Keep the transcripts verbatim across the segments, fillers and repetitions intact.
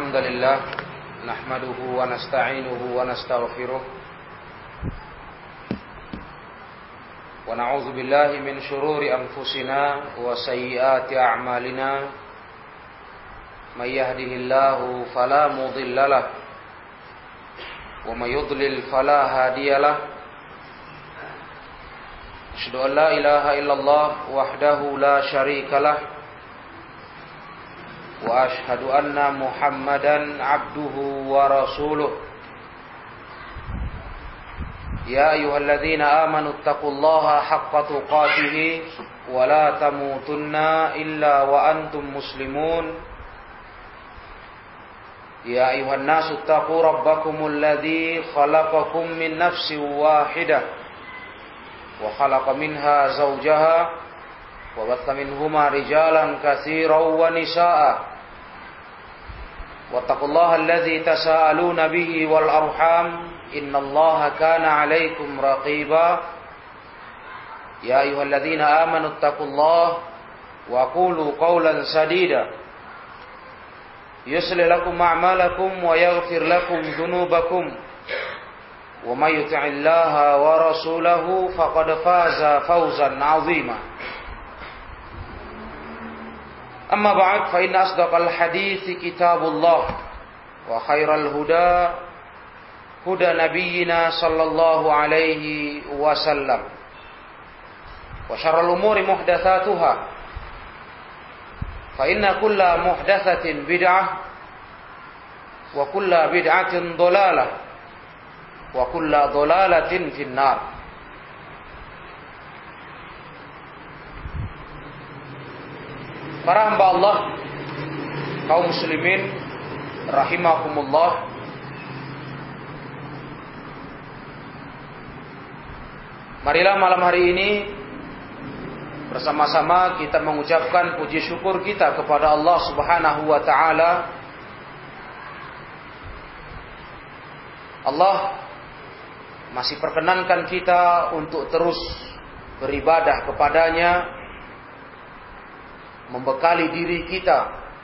الحمد لله نحمده ونستعينه ونستغفره ونعوذ بالله من شرور أنفسنا وسيئات أعمالنا من يهده الله فلا مضل له ومن يضلل فلا هادي له أشهد أن لا إله إلا الله وحده لا شريك له وأشهد أن محمدا عبده ورسوله يا أيها الذين آمنوا اتقوا الله حق تقاته ولا تموتن إلا وأنتم مسلمون يا أيها الناس اتقوا ربكم الذي خلقكم من نفس واحدة وخلق منها زوجها وبث منهما رجالا كثيرا ونساء واتقوا الله الذي تساءلون به والأرحام إن الله كان عليكم رقيبا يا أيها الذين آمنوا اتقوا الله وقولوا قولا سديدا يصلح لكم أعمالكم ويغفر لكم ذنوبكم ومن يطع الله ورسوله فقد فاز فوزا عظيما أما بعد فإن أصدق الحديث كتاب الله وخير الهدى هدى نبينا صلى الله عليه وسلم وشر الأمور محدثاتها فإن كل محدثة بدعة وكل بدعة ضلالة وكل ضلالة في النار. Para hamba Allah, kaum muslimin rahimakumullah, marilah malam hari ini bersama-sama kita mengucapkan puji syukur kita kepada Allah Subhanahu wa taala. Allah masih perkenankan kita untuk terus beribadah kepadanya, membekali diri kita,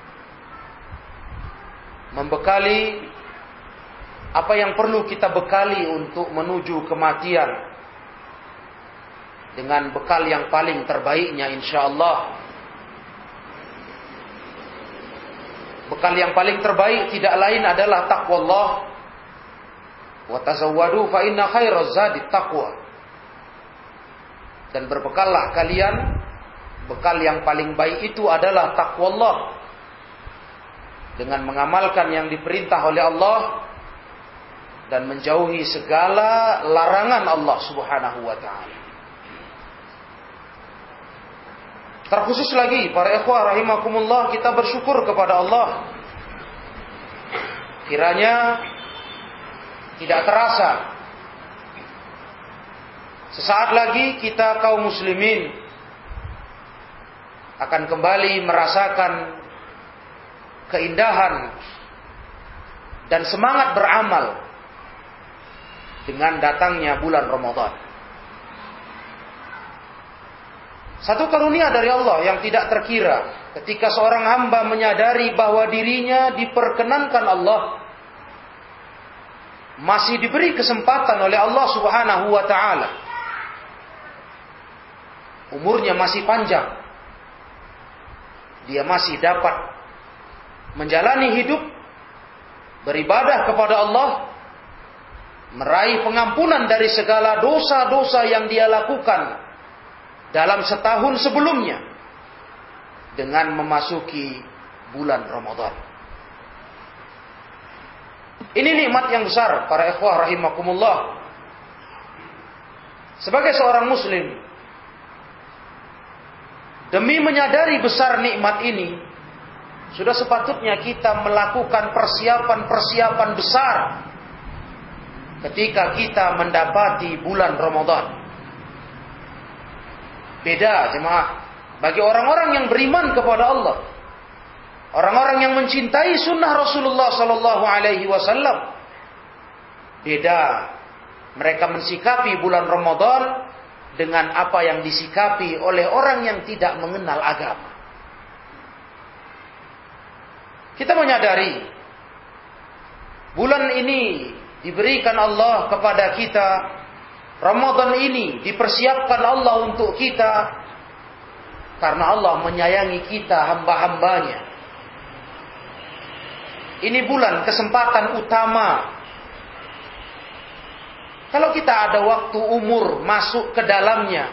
membekali apa yang perlu kita bekali untuk menuju kematian dengan bekal yang paling terbaiknya insyaallah. Bekal yang paling terbaik tidak lain adalah taqwallah. Wa tazawwadu fa inna khairaz zadi taqwa. Dan berbekallah kalian, bekal yang paling baik itu adalah taqwallah, dengan mengamalkan yang diperintah oleh Allah dan menjauhi segala larangan Allah Subhanahu wa taala. Terkhusus lagi para ikhwah rahimakumullah, kita bersyukur kepada Allah. Kiranya tidak terasa sesaat lagi kita kaum muslimin akan kembali merasakan keindahan dan semangat beramal dengan datangnya bulan Ramadan. Satu karunia dari Allah yang tidak terkira ketika seorang hamba menyadari bahwa dirinya diperkenankan Allah, masih diberi kesempatan oleh Allah Subhanahu wa taala. Umurnya masih panjang. Dia masih dapat menjalani hidup, beribadah kepada Allah, meraih pengampunan dari segala dosa-dosa yang dia lakukan dalam setahun sebelumnya dengan memasuki bulan Ramadan. Ini nikmat yang besar para ikhwah rahimakumullah. Sebagai seorang muslim, demi menyadari besar nikmat ini, sudah sepatutnya kita melakukan persiapan-persiapan besar ketika kita mendapati bulan Ramadan. Beda jemaah bagi orang-orang yang beriman kepada Allah, orang-orang yang mencintai sunnah Rasulullah sallallahu alaihi wasallam. Beda mereka mensikapi bulan Ramadan dengan apa yang disikapi oleh orang yang tidak mengenal agama. Kita menyadari bulan ini diberikan Allah kepada kita, Ramadan ini dipersiapkan Allah untuk kita, karena Allah menyayangi kita, hamba-hambanya. Ini bulan kesempatan utama. Kalau kita ada waktu umur masuk ke dalamnya,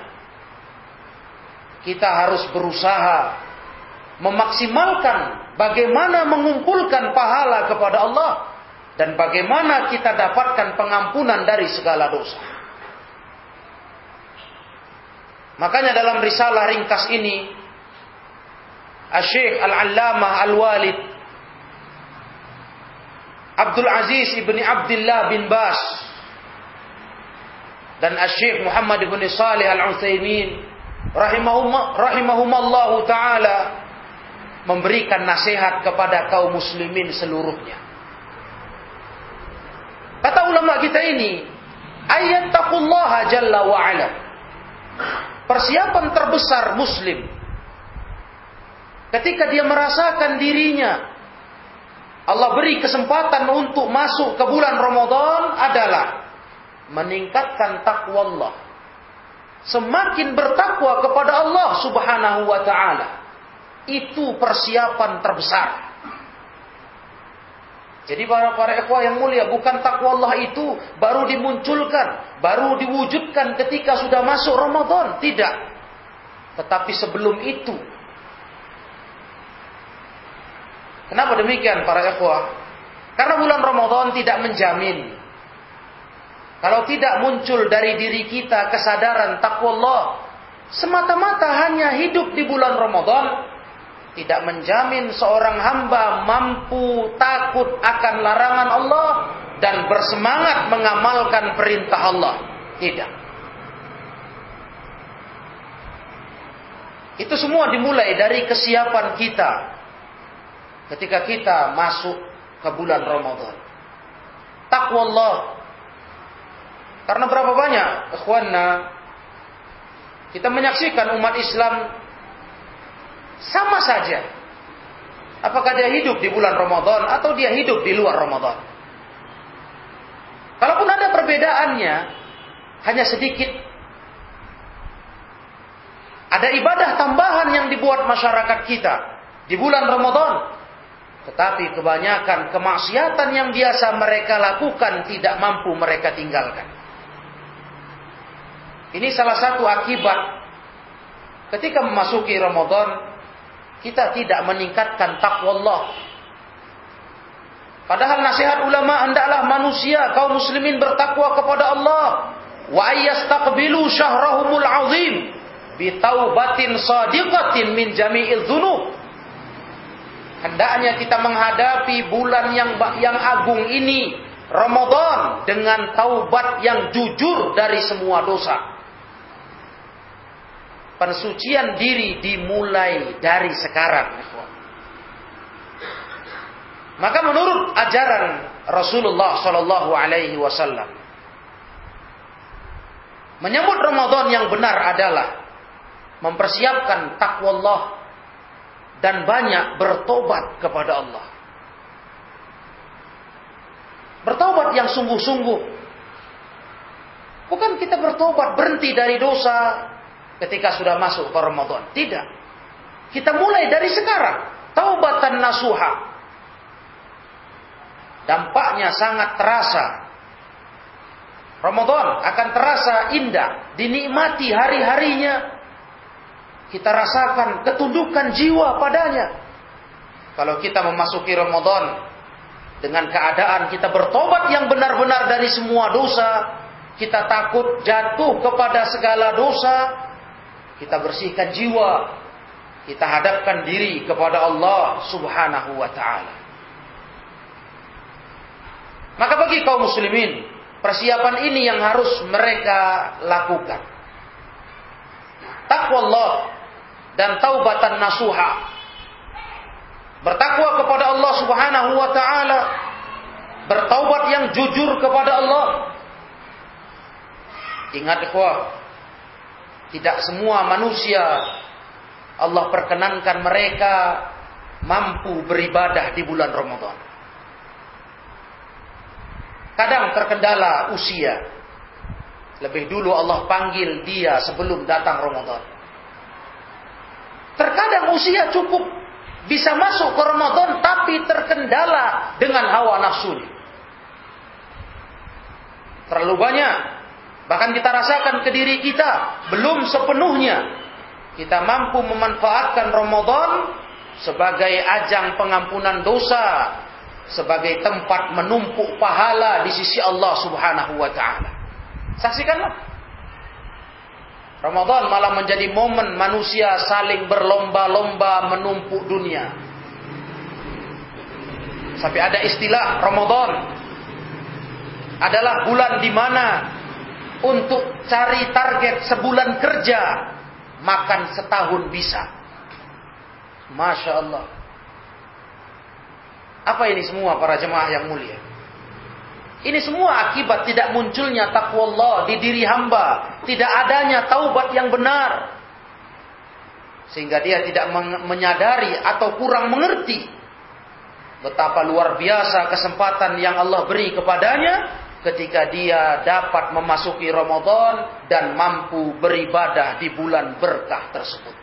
kita harus berusaha memaksimalkan bagaimana mengumpulkan pahala kepada Allah dan bagaimana kita dapatkan pengampunan dari segala dosa. Makanya dalam risalah ringkas ini, Asy-Syaikh Al-Allamah Al-Walid Abdul Aziz ibni Abdullah bin Bas dan Asy-Syaikh Muhammad ibn Shalih Al-Utsaimin rahimahumallahu taala memberikan nasihat kepada kaum muslimin seluruhnya. Kata ulama kita ini, ayattaqullaha jalla wa ala. Persiapan terbesar muslim ketika dia merasakan dirinya Allah beri kesempatan untuk masuk ke bulan Ramadan adalah meningkatkan takwa Allah. Semakin bertakwa kepada Allah Subhanahu wa taala, itu persiapan terbesar. Jadi para para ikhwah yang mulia, bukan takwa Allah itu baru dimunculkan, baru diwujudkan ketika sudah masuk Ramadan, tidak. Tetapi sebelum itu. Kenapa demikian para ikhwah? Karena bulan Ramadan tidak menjamin. Kalau tidak muncul dari diri kita kesadaran takwa Allah, semata-mata hanya hidup di bulan Ramadan, tidak menjamin seorang hamba mampu takut akan larangan Allah dan bersemangat mengamalkan perintah Allah. Tidak. Itu semua dimulai dari kesiapan kita ketika kita masuk ke bulan Ramadan. Takwa Allah. Karena berapa banyak ikhwanna kita menyaksikan umat Islam sama saja. Apakah dia hidup di bulan Ramadan atau dia hidup di luar Ramadan? Kalaupun ada perbedaannya, hanya sedikit. Ada ibadah tambahan yang dibuat masyarakat kita di bulan Ramadan. Tetapi kebanyakan kemaksiatan yang biasa mereka lakukan tidak mampu mereka tinggalkan. Ini salah satu akibat ketika memasuki Ramadan kita tidak meningkatkan takwa Allah. Padahal nasihat ulama, hendaklah manusia kaum muslimin bertakwa kepada Allah. Wa ayyastaqbilu syahrahumul azim bitaubatin sadiqatin min jami'il dzunub. Hendaknya kita menghadapi bulan yang yang agung ini, Ramadan, dengan taubat yang jujur dari semua dosa. Pensucian diri dimulai dari sekarang. Maka menurut ajaran Rasulullah Sallallahu Alaihi Wasallam, menyambut Ramadan yang benar adalah mempersiapkan takwa Allah dan banyak bertobat kepada Allah. Bertobat yang sungguh-sungguh. Bukan kita bertobat berhenti dari dosa ketika sudah masuk ke Ramadan. Tidak. Kita mulai dari sekarang. Taubatan nasuha. Dampaknya sangat terasa. Ramadan akan terasa indah. Dinikmati hari-harinya. Kita rasakan ketundukan jiwa padanya. Kalau kita memasuki Ramadan dengan keadaan kita bertobat yang benar-benar dari semua dosa. Kita takut jatuh kepada segala dosa. Kita bersihkan jiwa. Kita hadapkan diri kepada Allah Subhanahu wa ta'ala. Maka bagi kaum muslimin, persiapan ini yang harus mereka lakukan. Takwa Allah dan taubatan nasuha. Bertakwa kepada Allah Subhanahu wa ta'ala. Bertaubat yang jujur kepada Allah. Ingat ikhwah, tidak semua manusia Allah perkenankan mereka mampu beribadah di bulan Ramadan. Kadang terkendala usia. Lebih dulu Allah panggil dia sebelum datang Ramadan. Terkadang usia cukup bisa masuk ke Ramadan tapi terkendala dengan hawa nafsunya. Terlalu banyak. Bahkan kita rasakan ke diri kita belum sepenuhnya kita mampu memanfaatkan Ramadan sebagai ajang pengampunan dosa, sebagai tempat menumpuk pahala di sisi Allah Subhanahu wa taala. Saksikanlah. Ramadan malah menjadi momen manusia saling berlomba-lomba menumpuk dunia. Sampai ada istilah Ramadan adalah bulan di mana untuk cari target sebulan kerja makan setahun bisa. Masya Allah. Apa ini semua para jemaah yang mulia? Ini semua akibat tidak munculnya takwa Allah di diri hamba. Tidak adanya taubat yang benar. Sehingga dia tidak menyadari atau kurang mengerti betapa luar biasa kesempatan yang Allah beri kepadanya ketika dia dapat memasuki Ramadan dan mampu beribadah di bulan berkah tersebut.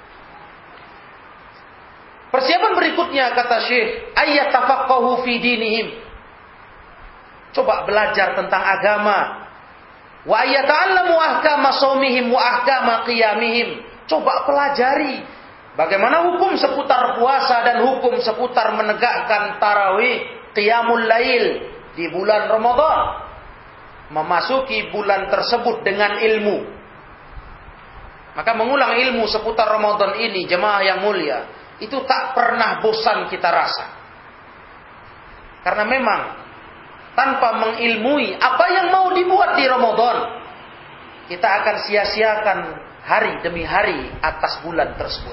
Persiapan berikutnya kata Syekh, ayat tafaqahu fi dinihim. Coba belajar tentang agama. Wa ayata'allamu ahkama shaumihim wa ahkama qiyamihim. Coba pelajari bagaimana hukum seputar puasa dan hukum seputar menegakkan tarawih, qiyamul lail di bulan Ramadan. Memasuki bulan tersebut dengan ilmu. Maka mengulang ilmu seputar Ramadan ini, jemaah yang mulia, itu tak pernah bosan kita rasa. Karena memang tanpa mengilmui apa yang mau dibuat di Ramadan, kita akan sia-siakan hari demi hari atas bulan tersebut.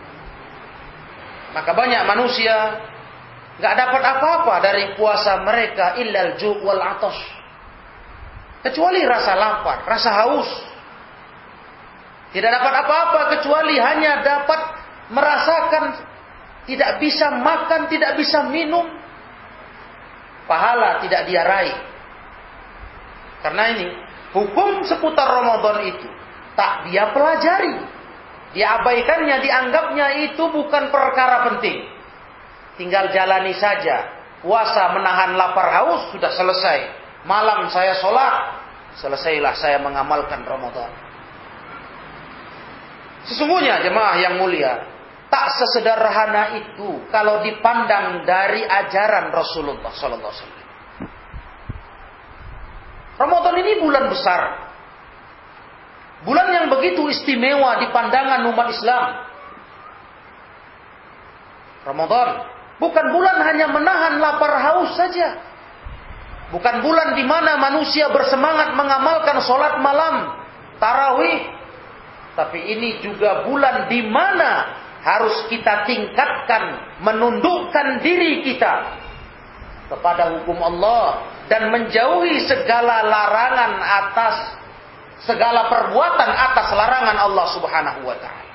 Maka banyak manusia gak dapat apa-apa dari puasa mereka illal ju' wal atash, kecuali rasa lapar, rasa haus. Tidak dapat apa-apa kecuali hanya dapat merasakan tidak bisa makan, tidak bisa minum. Pahala tidak dia raih. Karena ini hukum seputar Ramadan itu tak dia pelajari. Diabaikannya, dianggapnya itu bukan perkara penting. Tinggal jalani saja. Puasa menahan lapar haus sudah selesai. Malam saya sholat, selesailah saya mengamalkan Ramadan. Sesungguhnya jemaah yang mulia, tak sesederhana itu kalau dipandang dari ajaran Rasulullah sallallahu alaihi wasallam. Ramadan ini bulan besar. Bulan yang begitu istimewa di pandangan umat Islam. Ramadan bukan bulan hanya menahan lapar haus saja. Bukan bulan di mana manusia bersemangat mengamalkan sholat malam, tarawih. Tapi ini juga bulan di mana harus kita tingkatkan, menundukkan diri kita kepada hukum Allah dan menjauhi segala larangan atas segala perbuatan atas larangan Allah Subhanahu wa taala.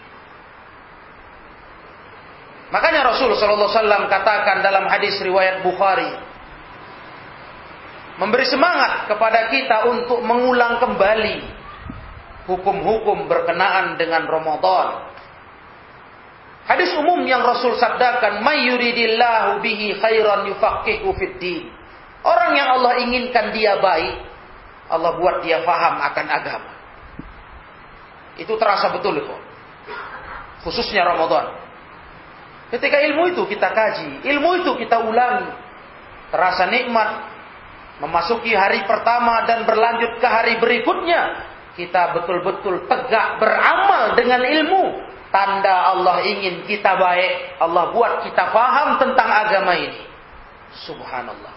Makanya Rasul sallallahu alaihi wasallam katakan dalam hadis riwayat Bukhari, memberi semangat kepada kita untuk mengulang kembali hukum-hukum berkenaan dengan Ramadan. Hadis umum yang Rasul sabdakan, "May yuridillahu bihi khairan yufaqihu fid din." Orang yang Allah inginkan dia baik, Allah buat dia faham akan agama. Itu terasa betul itu. Khususnya Ramadan. Ketika ilmu itu kita kaji, ilmu itu kita ulangi, terasa nikmat. Memasuki hari pertama dan berlanjut ke hari berikutnya, kita betul-betul tegak beramal dengan ilmu. Tanda Allah ingin kita baik. Allah buat kita paham tentang agama ini. Subhanallah.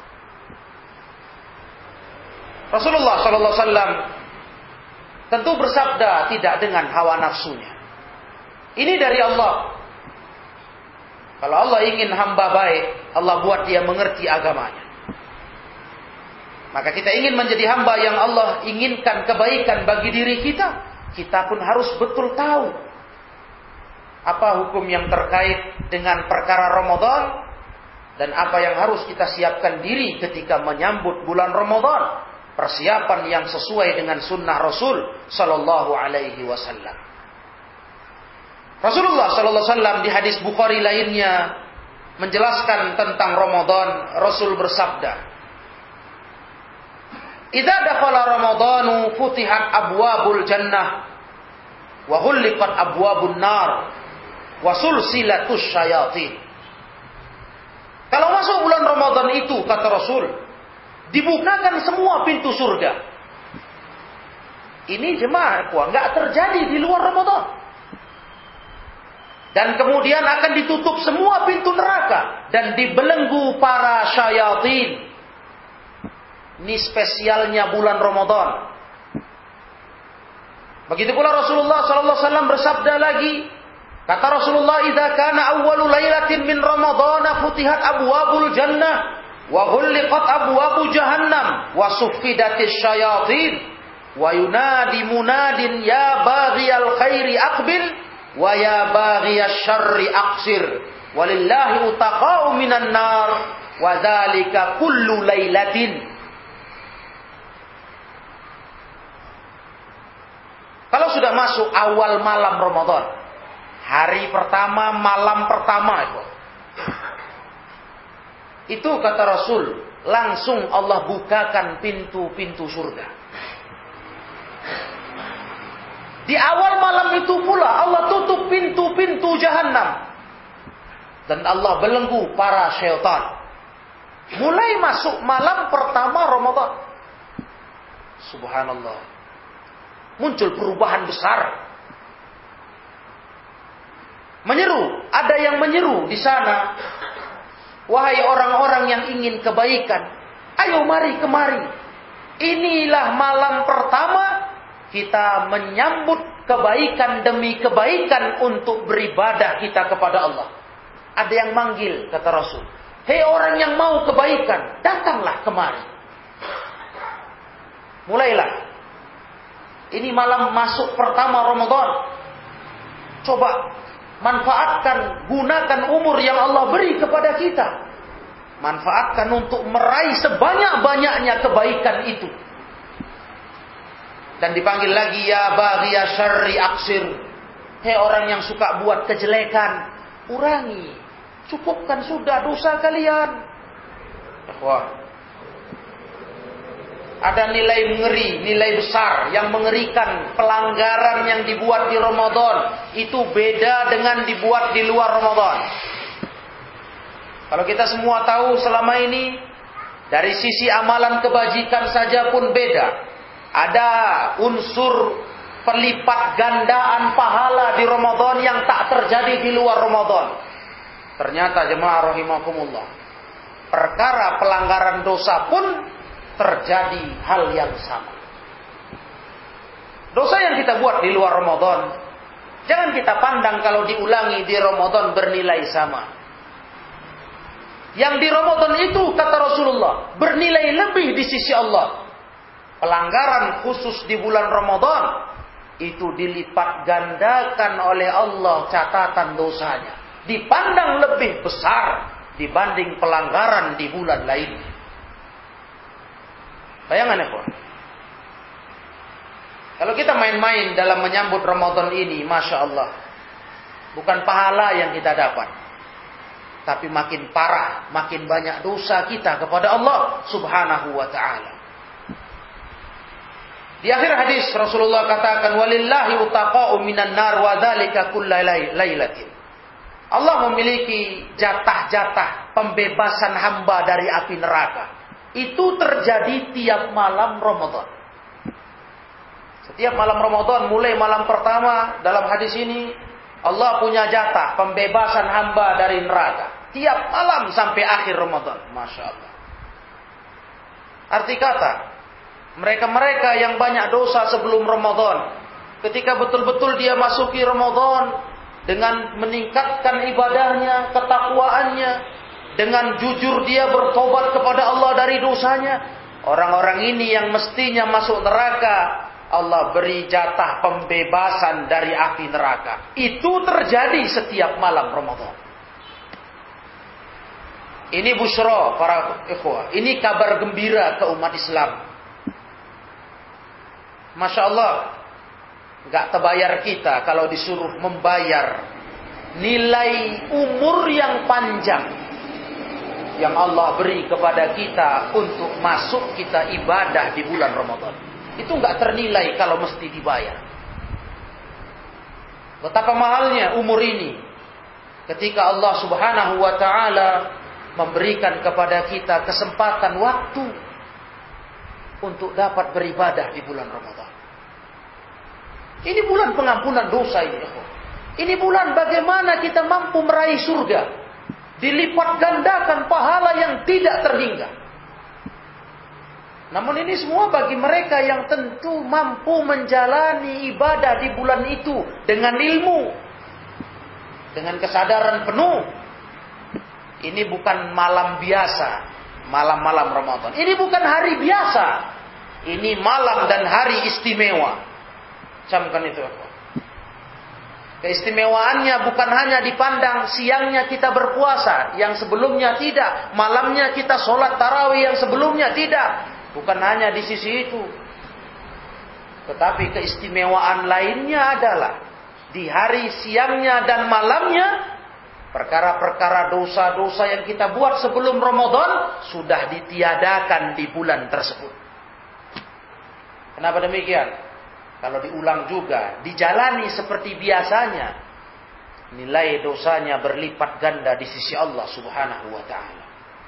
Rasulullah sallallahu alaihi wasallam tentu bersabda tidak dengan hawa nafsunya. Ini dari Allah. Kalau Allah ingin hamba baik, Allah buat dia mengerti agamanya. Maka kita ingin menjadi hamba yang Allah inginkan kebaikan bagi diri kita, kita pun harus betul tahu apa hukum yang terkait dengan perkara Ramadan, dan apa yang harus kita siapkan diri ketika menyambut bulan Ramadan, persiapan yang sesuai dengan sunnah Rasul sallallahu alaihi wasallam. Rasulullah sallallahu alaihi wasallam di hadis Bukhari lainnya menjelaskan tentang Ramadan. Rasul bersabda, "Idza dakhala Ramadhanu futihat abwabul jannah wa ghulliqat abwabun nar wa sulsilatus syayatin." Kalau masuk bulan Ramadan itu, kata Rasul, dibukakan semua pintu surga. Ini jemaah, nggak terjadi di luar Ramadan. Dan kemudian akan ditutup semua pintu neraka dan dibelenggu para syayatin. Ini spesialnya bulan Ramadan. Begitu pula Rasulullah sallallahu alaihi wasallam bersabda lagi, kata Rasulullah, "Idza kana awwalu lailatin min Ramadhana futihat abwabul jannah wa ghulliqat abwabu jahannam wa suffidatis syayatin wa yunadi munadin ya baghiyal khairi aqbil wa ya baghiyasy syarri aqsir walillahi utaqa'u minan nar wa dzalika kullu lailatin." Kalau sudah masuk awal malam Ramadan, hari pertama, malam pertama itu. Itu kata Rasul, langsung Allah bukakan pintu-pintu surga. Di awal malam itu pula Allah tutup pintu-pintu jahanam. Dan Allah belenggu para syaitan. Mulai masuk malam pertama Ramadan. Subhanallah. Muncul perubahan besar. Menyeru, ada yang menyeru di sana. Wahai orang-orang yang ingin kebaikan, ayo mari kemari. Inilah malam pertama kita menyambut kebaikan demi kebaikan untuk beribadah kita kepada Allah. Ada yang manggil, kata Rasul. Hei orang yang mau kebaikan, datanglah kemari. Mulailah. Ini malam masuk pertama Ramadan. Coba manfaatkan, gunakan umur yang Allah beri kepada kita. Manfaatkan untuk meraih sebanyak-banyaknya kebaikan itu. Dan dipanggil lagi, ya baghiya syarri aqsir. Hei orang yang suka buat kejelekan, kurangi. Cukupkan sudah dosa kalian. Wah. Ada nilai mengeri, nilai besar yang mengerikan. Pelanggaran yang dibuat di Ramadan itu beda dengan dibuat di luar Ramadan. Kalau kita semua tahu selama ini, dari sisi amalan kebajikan saja pun beda. Ada unsur pelipat gandaan pahala di Ramadan yang tak terjadi di luar Ramadan. Ternyata jemaah rahimakumullah, perkara pelanggaran dosa pun terjadi hal yang sama. Dosa yang kita buat di luar Ramadan, jangan kita pandang kalau diulangi di Ramadan bernilai sama. Yang di Ramadan itu, kata Rasulullah, bernilai lebih di sisi Allah. Pelanggaran khusus di bulan Ramadan itu dilipat gandakan oleh Allah catatan dosanya. Dipandang lebih besar dibanding pelanggaran di bulan lainnya. Bayangan ya, Pak. Kalau kita main-main dalam menyambut Ramadan ini, Masya Allah, bukan pahala yang kita dapat, tapi makin parah, makin banyak dosa kita kepada Allah Subhanahu wa ta'ala. Di akhir hadis Rasulullah katakan, walillahi utaqa'u minan nar wa dzalika kulla lailatin. Allah memiliki jatah-jatah pembebasan hamba dari api neraka. Itu terjadi tiap malam Ramadan. Setiap malam Ramadan, mulai malam pertama dalam hadis ini, Allah punya jatah pembebasan hamba dari neraka. Tiap malam sampai akhir Ramadan. Masya Allah. Arti kata, mereka-mereka yang banyak dosa sebelum Ramadan, ketika betul-betul dia masuki Ramadan, dengan meningkatkan ibadahnya, ketakwaannya, dengan jujur dia bertobat kepada Allah dari dosanya, orang-orang ini yang mestinya masuk neraka, Allah beri jatah pembebasan dari api neraka. Itu terjadi setiap malam Ramadan. Ini busyra para ikhwah. Ini kabar gembira ke umat Islam. Masya Allah. Gak terbayar kita kalau disuruh membayar nilai umur yang panjang yang Allah beri kepada kita untuk masuk kita ibadah di bulan Ramadan. Itu gak ternilai kalau mesti dibayar. Betapa mahalnya umur ini ketika Allah Subhanahu wa ta'ala memberikan kepada kita kesempatan waktu untuk dapat beribadah di bulan Ramadan. Ini bulan pengampunan dosa ini. Ini bulan bagaimana kita mampu meraih surga. Dilipat gandakan pahala yang tidak terhingga. Namun ini semua bagi mereka yang tentu mampu menjalani ibadah di bulan itu dengan ilmu, dengan kesadaran penuh. Ini bukan malam biasa, malam-malam Ramadan. Ini bukan hari biasa. Ini malam dan hari istimewa. Camkan itu. Keistimewaannya bukan hanya dipandang siangnya kita berpuasa, yang sebelumnya tidak. Malamnya kita sholat tarawih, yang sebelumnya tidak. Bukan hanya di sisi itu. Tetapi keistimewaan lainnya adalah di hari siangnya dan malamnya, perkara-perkara dosa-dosa yang kita buat sebelum Ramadan sudah ditiadakan di bulan tersebut. Kenapa demikian? Kalau diulang juga, dijalani seperti biasanya, nilai dosanya berlipat ganda di sisi Allah Subhanahu wa ta'ala.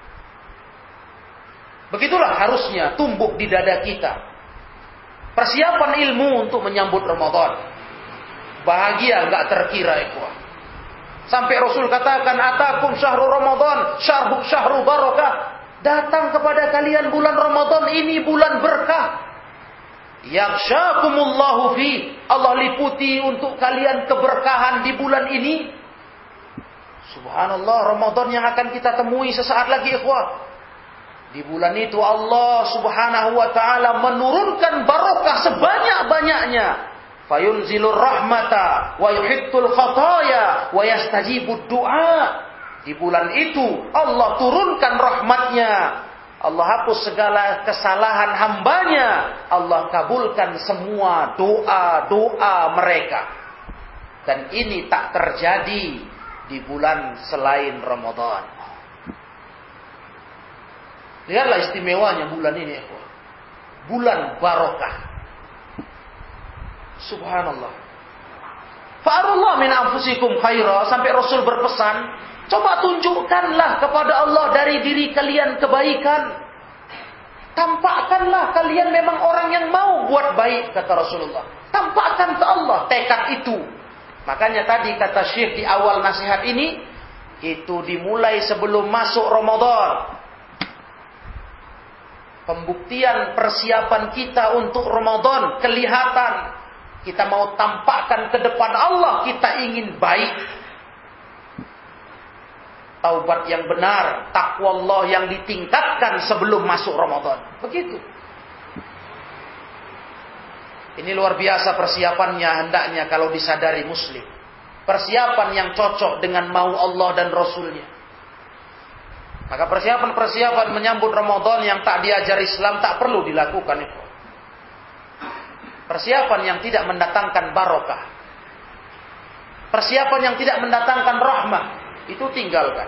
Begitulah harusnya tumbuh di dada kita persiapan ilmu untuk menyambut Ramadan. Bahagia enggak terkira, ikhwah. Sampai Rasul katakan, atakum syahrul Ramadan, syahru syahru barakah. Datang kepada kalian bulan Ramadan, ini bulan berkah. Yakshakumullahu fi. Allah liputi untuk kalian keberkahan di bulan ini. Subhanallah, Ramadan yang akan kita temui sesaat lagi, ikhwah. Di bulan itu Allah Subhanahu wa ta'ala menurunkan barokah sebanyak-banyaknya. Fayunzilur rahmata wa yuhittul khataya wa yastajibud du'a. Di bulan itu Allah turunkan rahmatnya. Allah hapus segala kesalahan hambanya. Allah kabulkan semua doa-doa mereka. Dan ini tak terjadi di bulan selain Ramadan. Lihatlah istimewanya bulan ini. Bulan barokah. Subhanallah. Fa'arullah min anfusikum khaira. Sampai Rasul berpesan, coba tunjukkanlah kepada Allah dari diri kalian kebaikan. Tampakkanlah kalian memang orang yang mau buat baik, kata Rasulullah. Tampakkan ke Allah tekad itu. Makanya tadi kata Syekh di awal nasihat ini, itu dimulai sebelum masuk Ramadan. Pembuktian persiapan kita untuk Ramadan kelihatan. Kita mau tampakkan ke depan Allah, kita ingin baik. Taubat yang benar, takwa Allah yang ditingkatkan sebelum masuk Ramadan. Begitu. Ini luar biasa persiapannya hendaknya kalau disadari muslim. Persiapan yang cocok dengan mau Allah dan Rasulnya. Maka persiapan-persiapan menyambut Ramadan yang tak diajar Islam tak perlu dilakukan itu. Persiapan yang tidak mendatangkan barokah. Persiapan yang tidak mendatangkan rahmah. Itu tinggalkan.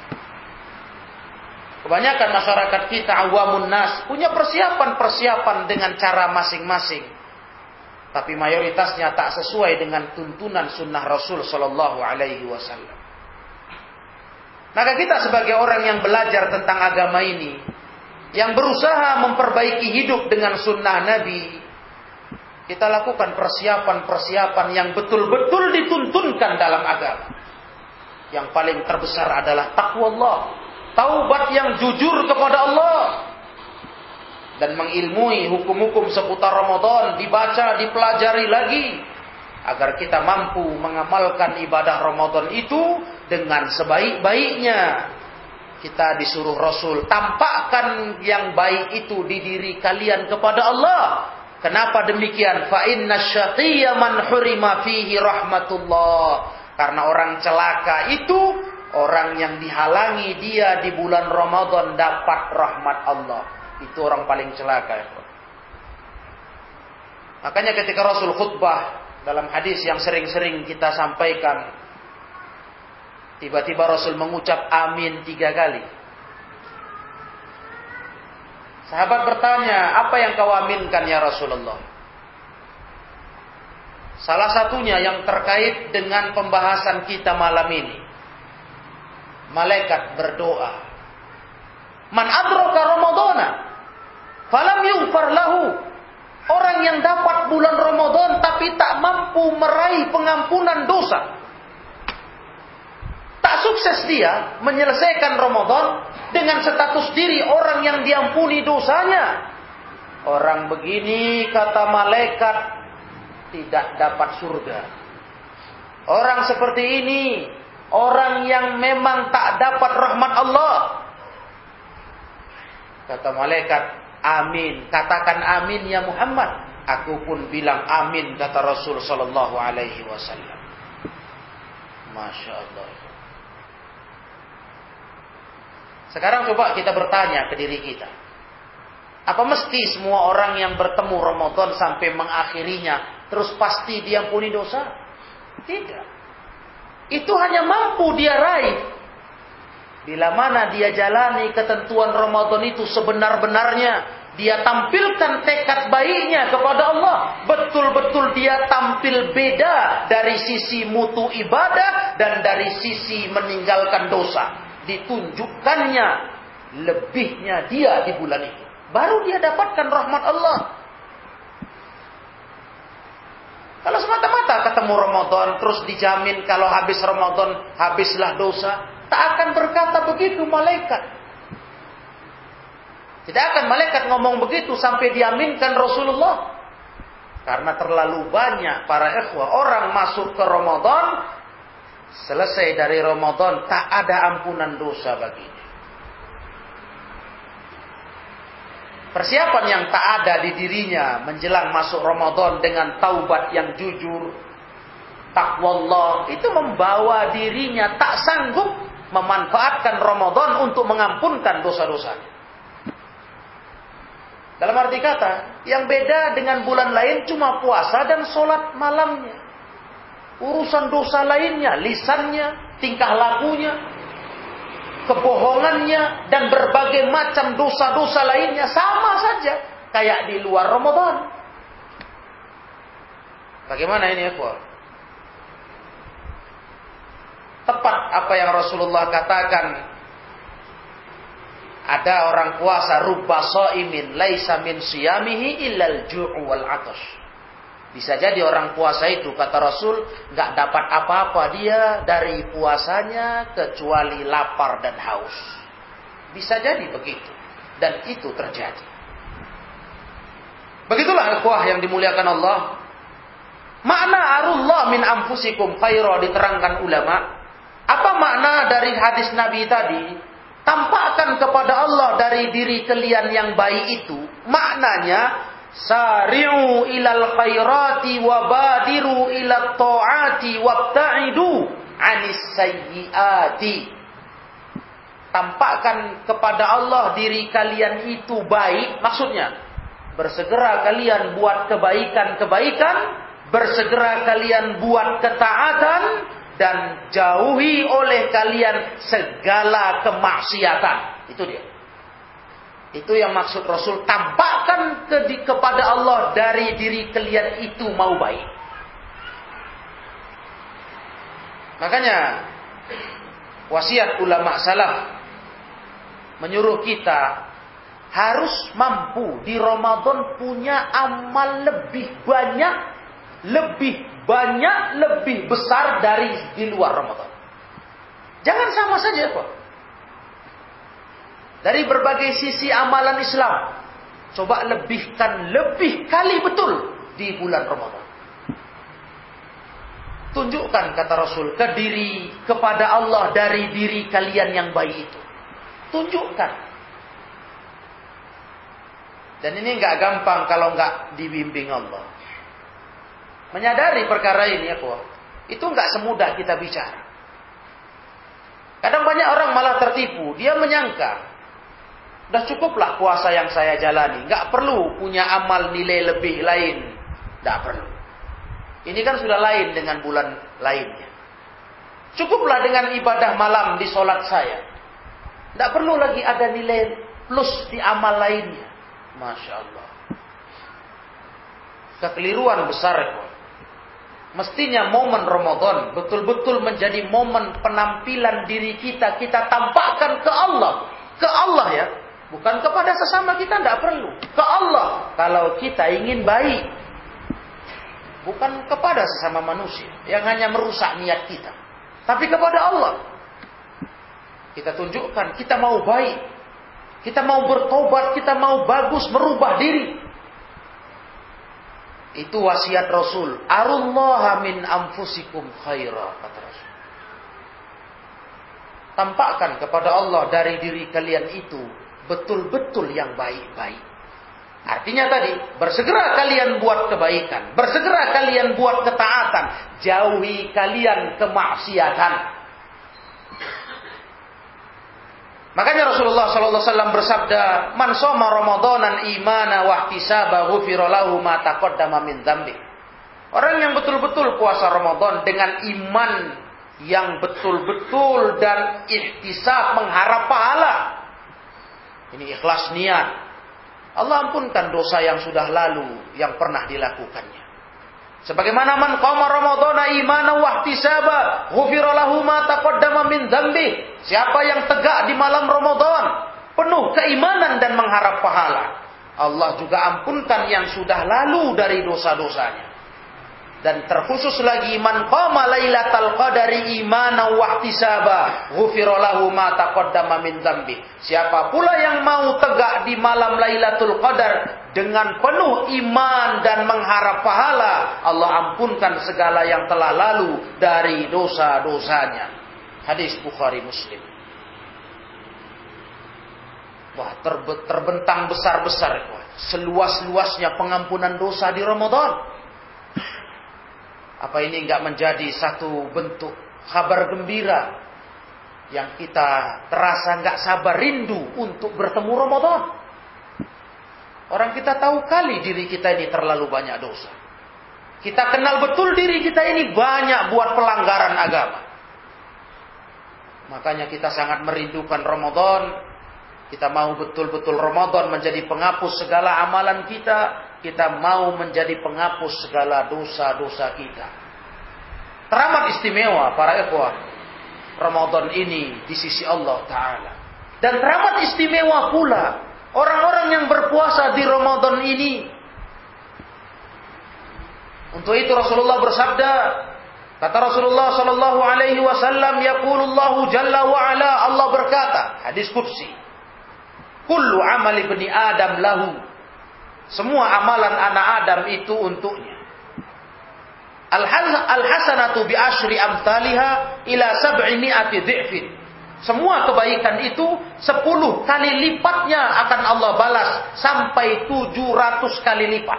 Kebanyakan masyarakat kita awamun nas punya persiapan-persiapan dengan cara masing-masing. Tapi mayoritasnya tak sesuai dengan tuntunan sunnah Rasul Sallallahu Alaihi Wasallam. Maka kita sebagai orang yang belajar tentang agama ini, yang berusaha memperbaiki hidup dengan sunnah Nabi, kita lakukan persiapan-persiapan yang betul-betul dituntunkan dalam agama. Yang paling terbesar adalah takwa Allah, taubat yang jujur kepada Allah, dan mengilmui hukum-hukum seputar Ramadan, dibaca, dipelajari lagi, agar kita mampu mengamalkan ibadah Ramadan itu dengan sebaik-baiknya. Kita disuruh Rasul, tampakkan yang baik itu di diri kalian kepada Allah. Kenapa demikian? Fa inna syaqiyya man hurima fihi rahmatullah. Karena orang celaka itu Orang yang dihalangi dia di bulan Ramadan dapat rahmat Allah. Itu orang paling celaka. Ya. Makanya ketika Rasul khutbah dalam hadis yang sering-sering kita sampaikan, tiba-tiba Rasul mengucap amin tiga kali. Sahabat bertanya, apa yang kau aminkan ya Rasulullah? Salah satunya yang terkait dengan pembahasan kita malam ini. Malaikat berdoa. Man adraka Ramadana falam yughfar lahu. Orang yang dapat bulan Ramadan tapi tak mampu meraih pengampunan dosa. Tak sukses dia menyelesaikan Ramadan dengan status diri orang yang diampuni dosanya. Orang begini, kata malaikat, tidak dapat surga. Orang seperti ini, orang yang memang tak dapat rahmat Allah. Kata malaikat, amin. Katakan amin ya Muhammad. Aku pun bilang amin, kata Rasul sallallahu alaihi wasallam. Masya Allah. Sekarang coba kita bertanya ke diri kita. Apa mesti semua orang yang bertemu Ramadan sampai mengakhirinya terus pasti diampuni dosa? Tidak. Itu hanya mampu dia raih bila mana dia jalani ketentuan Ramadan itu sebenar-benarnya. Dia tampilkan tekad baiknya kepada Allah. Betul-betul dia tampil beda dari sisi mutu ibadah dan dari sisi meninggalkan dosa. Ditunjukkannya lebihnya dia di bulan itu. Baru dia dapatkan rahmat Allah. Kalau semata-mata ketemu Ramadan terus dijamin kalau habis Ramadan habislah dosa, tak akan berkata begitu malaikat. Tidak akan malaikat ngomong begitu sampai diaminkan Rasulullah. Karena terlalu banyak para ikhwah orang masuk ke Ramadan, selesai dari Ramadan tak ada ampunan dosa baginya. Persiapan yang tak ada di dirinya menjelang masuk Ramadan dengan taubat yang jujur, taqwallah, itu membawa dirinya tak sanggup memanfaatkan Ramadan untuk mengampunkan dosa-dosanya. Dalam arti kata, yang beda dengan bulan lain cuma puasa dan sholat malamnya. Urusan dosa lainnya, lisannya, tingkah lakunya, kebohongannya, dan berbagai macam dosa-dosa lainnya sama saja kayak di luar Ramadan. Bagaimana ini, ikhwah? Tepat apa yang Rasulullah katakan. Ada orang puasa rubba shaimin laisa min siyamihi illal ju'u wal 'atash. Bisa jadi orang puasa itu, kata Rasul, enggak dapat apa-apa dia dari puasanya kecuali lapar dan haus. Bisa jadi begitu, dan itu terjadi. Begitulah ikhwah yang dimuliakan Allah. Makna arullah min anfusikum khaira diterangkan ulama. Apa makna dari hadis Nabi tadi? Tampakkan kepada Allah dari diri kalian yang baik itu. Maknanya, sari'u ilal khairati wa badiru ilat ta'ati wabta'idu anis sayyiati. Tampakkan kepada Allah diri kalian itu baik. Maksudnya, bersegera kalian buat kebaikan-kebaikan, bersegera kalian buat ketaatan, dan jauhi oleh kalian segala kemaksiatan. Itu dia. Itu yang maksud Rasul, tampakkan ke, kepada Allah dari diri kalian itu mau baik. Makanya wasiat ulama salaf menyuruh kita harus mampu di Ramadan punya amal lebih banyak, lebih banyak, lebih besar dari di luar Ramadan. Jangan sama saja, Pak. Dari berbagai sisi amalan Islam, coba lebihkan lebih kali betul di bulan Ramadan. Tunjukkan, kata Rasul, ke diri kepada Allah dari diri kalian yang baik itu. Tunjukkan. Dan ini nggak gampang kalau nggak dibimbing Allah. Menyadari perkara ini, ya, itu nggak semudah kita bicara. Kadang banyak orang malah tertipu. Dia menyangka, udah cukuplah puasa yang saya jalani. Nggak perlu punya amal nilai lebih lain. Nggak perlu. Ini kan sudah lain dengan bulan lainnya. Cukuplah dengan ibadah malam di sholat saya. Nggak perlu lagi ada nilai plus di amal lainnya. Masya Allah. Kekeliruan besar itu. Mestinya momen Ramadan betul-betul menjadi momen penampilan diri kita. Kita tampakkan ke Allah. Ke Allah ya. Bukan kepada sesama kita, tidak perlu. Ke Allah. Kalau kita ingin baik. Bukan kepada sesama manusia. Yang hanya merusak niat kita. Tapi kepada Allah. Kita tunjukkan kita mau baik. Kita mau bertobat. Kita mau bagus, merubah diri. Itu wasiat Rasul. Arullaha min anfusikum khaira, kata Rasul. Tampakkan kepada Allah dari diri kalian itu betul-betul yang baik-baik. Artinya tadi, bersegera kalian buat kebaikan, bersegera kalian buat ketaatan, jauhi kalian kemaksiatan. Makanya Rasulullah sallallahu alaihi wasallam bersabda, "Man shoma Ramadanan imana wa ihtisaba ghufira lahu ma taqaddama min dzambi." Orang yang betul-betul puasa Ramadan dengan iman yang betul-betul dan ihtisab, mengharap pahala. Ini ikhlas niat. Allah ampunkan dosa yang sudah lalu yang pernah dilakukannya. Sebagaimana man qama ramadhana imanan wa ihtisaba, ghufira lahu ma taqaddama min dzambi. Siapa yang tegak di malam Ramadan, penuh keimanan dan mengharap pahala, Allah juga ampunkan yang sudah lalu dari dosa-dosanya. Dan terkhusus lagi man qama lailatal qadari imanan wa ihtisaba, ghufira lahu ma taqaddama min dzambi. Siapa pula yang mau tegak di malam Lailatul Qadar dengan penuh iman dan mengharap pahala, Allah ampunkan segala yang telah lalu dari dosa-dosanya. Hadis Bukhari Muslim. Wah, terbentang besar-besar, seluas-luasnya pengampunan dosa di Ramadan. Apa ini enggak menjadi satu bentuk kabar gembira yang kita terasa enggak sabar, rindu untuk bertemu Ramadan? Orang kita tahu kali diri kita ini terlalu banyak dosa. Kita kenal betul diri kita ini banyak buat pelanggaran agama. Makanya kita sangat merindukan Ramadan. Kita mau betul-betul Ramadan menjadi penghapus segala amalan kita. Kita mau menjadi penghapus segala dosa-dosa kita. Teramat istimewa para ikhwah Ramadan ini di sisi Allah Ta'ala. Dan teramat istimewa pula orang-orang yang berpuasa di Ramadan ini. Untuk itu Rasulullah bersabda, kata Rasulullah sallallahu alaihi wasallam, yaqulullahu jalla wa ala, Allah berkata, hadis qudsi, kullu amali bani Adam lahu. Semua amalan anak Adam itu untuknya. Al-hasanatu bi asyri amthaliha ila sab'i mi'ati dhi'fin. Semua kebaikan itu sepuluh kali lipatnya akan Allah balas sampai tujuh ratus kali lipat.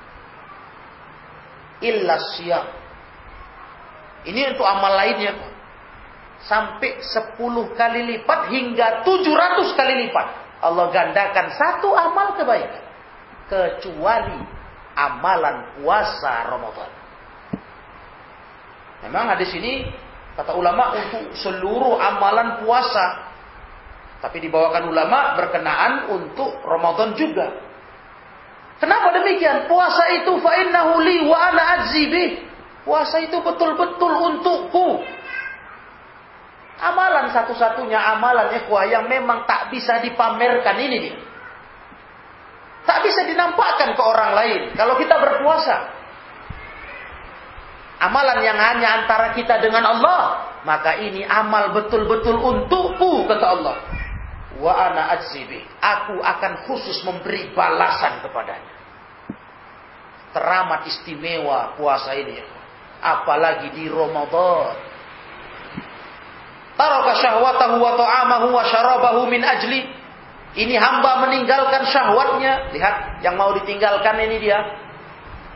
Illa siyam. Ini untuk amal lainnya. Sampai sepuluh kali lipat hingga tujuh ratus kali lipat. Allah gandakan satu amal kebaikan. Kecuali amalan puasa Ramadan. Memang hadis ini kata ulama untuk seluruh amalan puasa. Tapi dibawakan ulama berkenaan untuk Ramadan juga. Kenapa demikian? Puasa itu fa innahu li wa ana ajzi bih. Puasa itu betul-betul untukku. Amalan satu-satunya amalan ikhwah yang memang tak bisa dipamerkan ini dia. Tak bisa dinampakkan ke orang lain kalau kita berpuasa. Amalan yang hanya antara kita dengan Allah, maka ini amal betul-betul untukku, kata Allah. Wa ana ajzibi, aku akan khusus memberi balasan kepadanya. Teramat istimewa puasa ini, apalagi di Ramadan. Taraka syahwatahu wa ta'amahu wa syarabahu min ajli. Ini hamba meninggalkan syahwatnya. Lihat, yang mau ditinggalkan ini dia.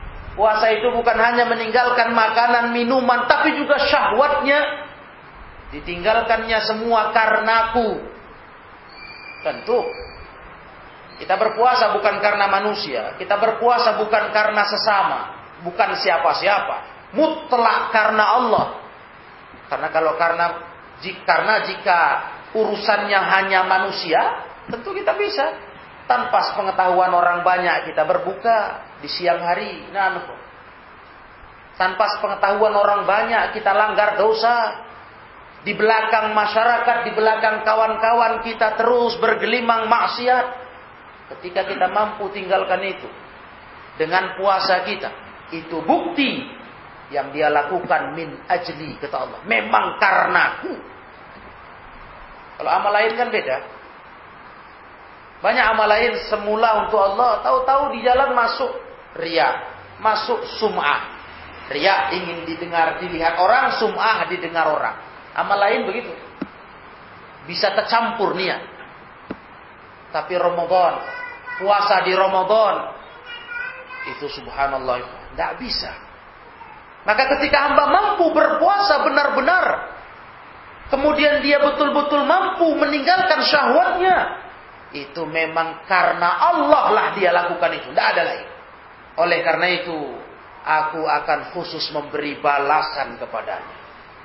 Puasa itu bukan hanya meninggalkan makanan, minuman, tapi juga syahwatnya. Ditinggalkannya semua karenaku. Tentu kita berpuasa bukan karena manusia, kita berpuasa bukan karena sesama, bukan siapa-siapa, mutlak karena Allah. Karena kalau karena karena jika urusannya hanya manusia, tentu kita bisa tanpa pengetahuan orang banyak kita berbuka di siang hari. Nah, tanpa pengetahuan orang banyak kita langgar dosa. Di belakang masyarakat, di belakang kawan-kawan kita terus bergelimang maksiat. Ketika kita mampu tinggalkan itu dengan puasa kita, itu bukti yang dia lakukan min ajli, kata Allah. Memang karenaku. Kalau amal lain kan beda. Banyak amal lain semula untuk Allah, tahu-tahu di jalan masuk riya, masuk sum'ah. Riya ingin didengar, dilihat orang, sum'ah didengar orang. Amal lain begitu. Bisa tercampur niat. Tapi Ramadan, puasa di Ramadan, itu subhanallah, tidak bisa. Maka ketika hamba mampu berpuasa benar-benar, kemudian dia betul-betul mampu meninggalkan syahwatnya, itu memang karena Allah lah dia lakukan itu, tidak ada lain. Oleh karena itu, aku akan khusus memberi balasan kepadanya.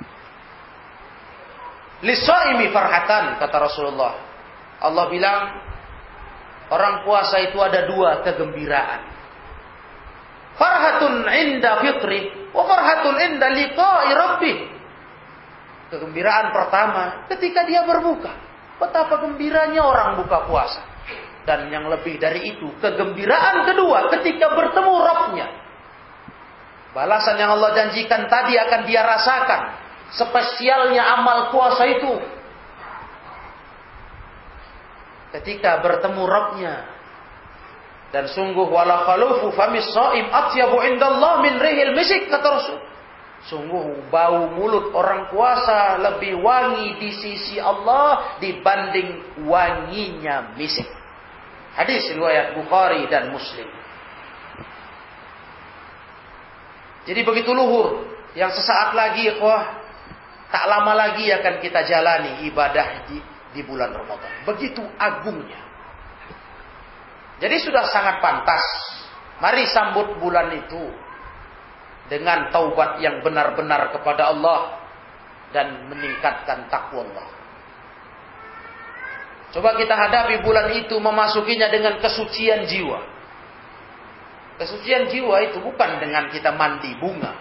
Lisaimi farhatan, kata Rasulullah. Allah bilang, orang puasa itu ada dua kegembiraan. Farhatun inda fitri, wa farhatun inda liqa'i rabbih. Kegembiraan pertama, ketika dia berbuka. Betapa gembiranya orang buka puasa. Dan yang lebih dari itu, kegembiraan kedua, ketika bertemu Rabbnya. Balasan yang Allah janjikan tadi akan dia rasakan. Spesialnya amal puasa itu ketika bertemu Rabbnya. Dan sungguh wala khalufu famis shaim atyabu indallah min rihil misik, kata Rasul. Sungguh bau mulut orang puasa lebih wangi di sisi Allah dibanding wanginya misik. Hadis riwayat Bukhari dan Muslim. Jadi begitu luhur, yang sesaat lagi ikhwah, tak lama lagi akan kita jalani ibadah di, di bulan Ramadan. Begitu agungnya. Jadi sudah sangat pantas. Mari sambut bulan itu dengan taubat yang benar-benar kepada Allah dan meningkatkan takwa Allah. Coba kita hadapi bulan itu memasukinya dengan kesucian jiwa. Kesucian jiwa itu bukan dengan kita mandi bunga.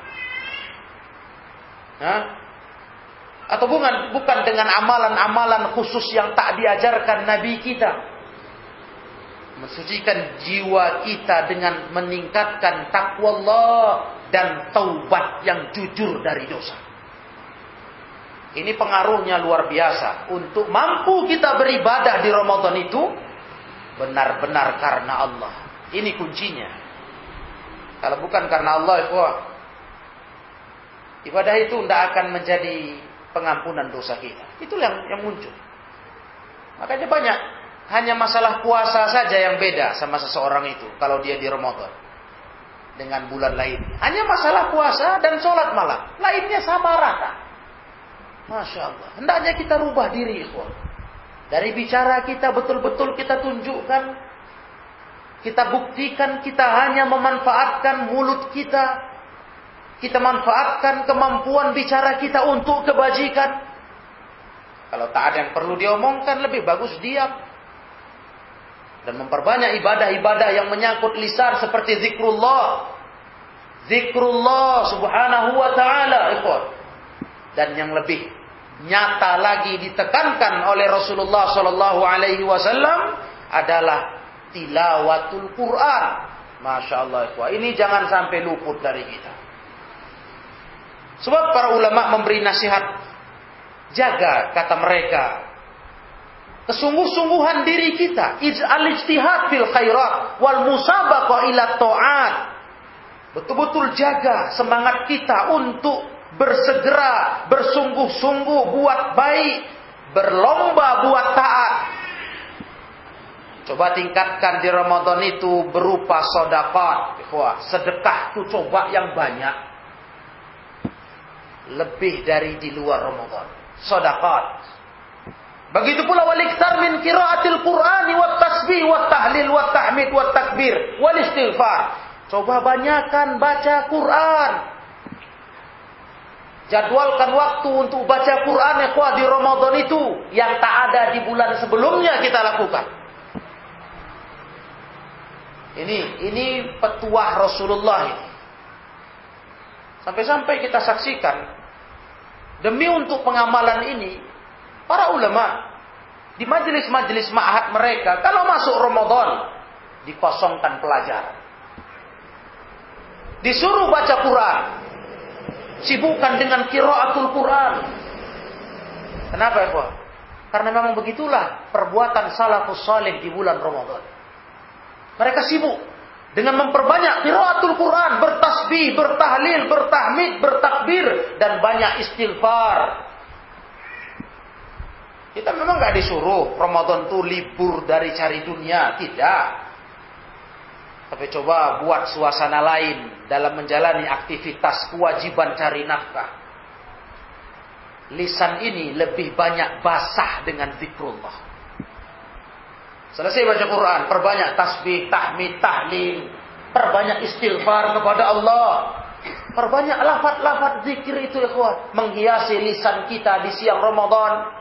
Hah? Atau bukan, bukan dengan amalan-amalan khusus yang tak diajarkan Nabi kita. Mensucikan jiwa kita dengan meningkatkan takwa Allah dan taubat yang jujur dari dosa. Ini pengaruhnya luar biasa. Untuk mampu kita beribadah di Ramadan itu benar-benar karena Allah. Ini kuncinya. Kalau bukan karena Allah, ibadah itu tidak akan menjadi pengampunan dosa kita. Itu yang yang muncul. Makanya banyak, hanya masalah puasa saja yang beda sama seseorang itu kalau dia di Ramadan dengan bulan lain. Hanya masalah puasa dan sholat malam, lainnya sama rata. Masya Allah. Hendaknya kita rubah diri, ikhwan. Dari bicara kita betul-betul kita tunjukkan, kita buktikan kita hanya memanfaatkan mulut kita. Kita manfaatkan kemampuan bicara kita untuk kebajikan. Kalau tak ada yang perlu diomongkan, lebih bagus diam. Dan memperbanyak ibadah-ibadah yang menyangkut lisan seperti zikrullah. Zikrullah subhanahu wa ta'ala. Dan yang lebih nyata lagi ditekankan oleh Rasulullah sallallahu alaihi wasallam adalah tilawatul Quran. Masya Allah. Ini jangan sampai luput dari kita. Sebab para ulama memberi nasihat, jaga, kata mereka, kesungguh-sungguhan diri kita, al-ijtihad fil khairat wal musabaqah ila ta'at. Betul-betul jaga semangat kita untuk bersegera, bersungguh-sungguh buat baik, berlomba buat taat. Coba tingkatkan di Ramadan itu berupa sedekah. Sedekah itu coba yang banyak. Lebih dari di luar Ramadan. sedekah. Begitu pula waliktar min qiraatil Qur'ani wat tasbih wat tahlil wat tahmid wat takbir wal istighfar. Coba banyakkan baca Quran. Jadwalkan waktu untuk baca Quran ikhwah di Ramadan itu yang tak ada di bulan sebelumnya kita lakukan. Ini ini petuah Rasulullah ini. Sampai-sampai kita saksikan demi untuk pengamalan ini para ulama di majelis-majelis ma'had mereka kalau masuk Ramadan dikosongkan pelajaran. Disuruh baca Quran. Sibukkan dengan qiraatul Quran. Kenapa ya, Pak? Karena memang begitulah perbuatan salafus salih di bulan Ramadan. Mereka sibuk dengan memperbanyak qiraatul Quran, bertasbih, bertahlil, bertahmid, bertakbir dan banyak istighfar. Kita memang nggak disuruh Ramadan itu libur dari cari dunia, tidak. Tapi coba buat suasana lain dalam menjalani aktivitas kewajiban cari nafkah. Lisan ini lebih banyak basah dengan zikrullah. Selesai baca Quran, perbanyak tasbih, tahmid, tahlil, perbanyak istighfar kepada Allah. Perbanyak lafaz-lafaz zikir itu ikhwan, menghiasi lisan kita di siang Ramadan.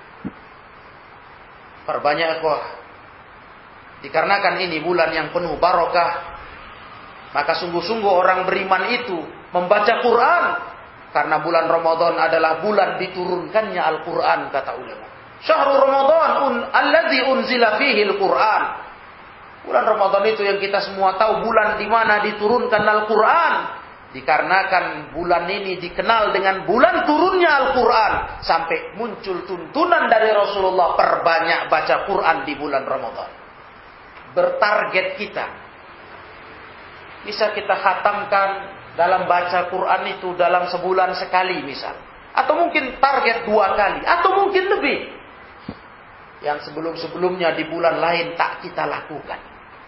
Perbanyak ikhwah. Dikarenakan ini bulan yang penuh barokah, maka sungguh-sungguh orang beriman itu membaca Quran. Karena bulan Ramadan adalah bulan diturunkannya Al-Quran, kata ulama. Syahrul Ramadan un, alladzi unzila fihi Al-Quran. Bulan Ramadan itu yang kita semua tahu bulan di mana diturunkan Al-Quran. Dikarenakan bulan ini dikenal dengan bulan turunnya Al-Quran. Sampai muncul tuntunan dari Rasulullah, perbanyak baca Quran di bulan Ramadan. Bertarget kita. Bisa kita khatamkan dalam baca Quran itu dalam sebulan sekali misal. Atau mungkin target dua kali. Atau mungkin lebih. Yang sebelum-sebelumnya di bulan lain tak kita lakukan.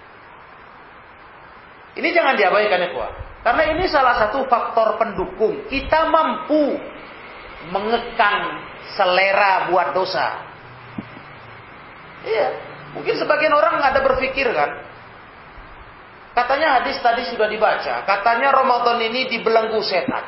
Ini jangan diabaikan ya Pak. Karena ini salah satu faktor pendukung. Kita mampu mengekang selera buat dosa. Iya. Mungkin sebagian orang ada berpikir kan. Katanya hadis tadi sudah dibaca. Katanya Ramadan ini dibelenggu setan.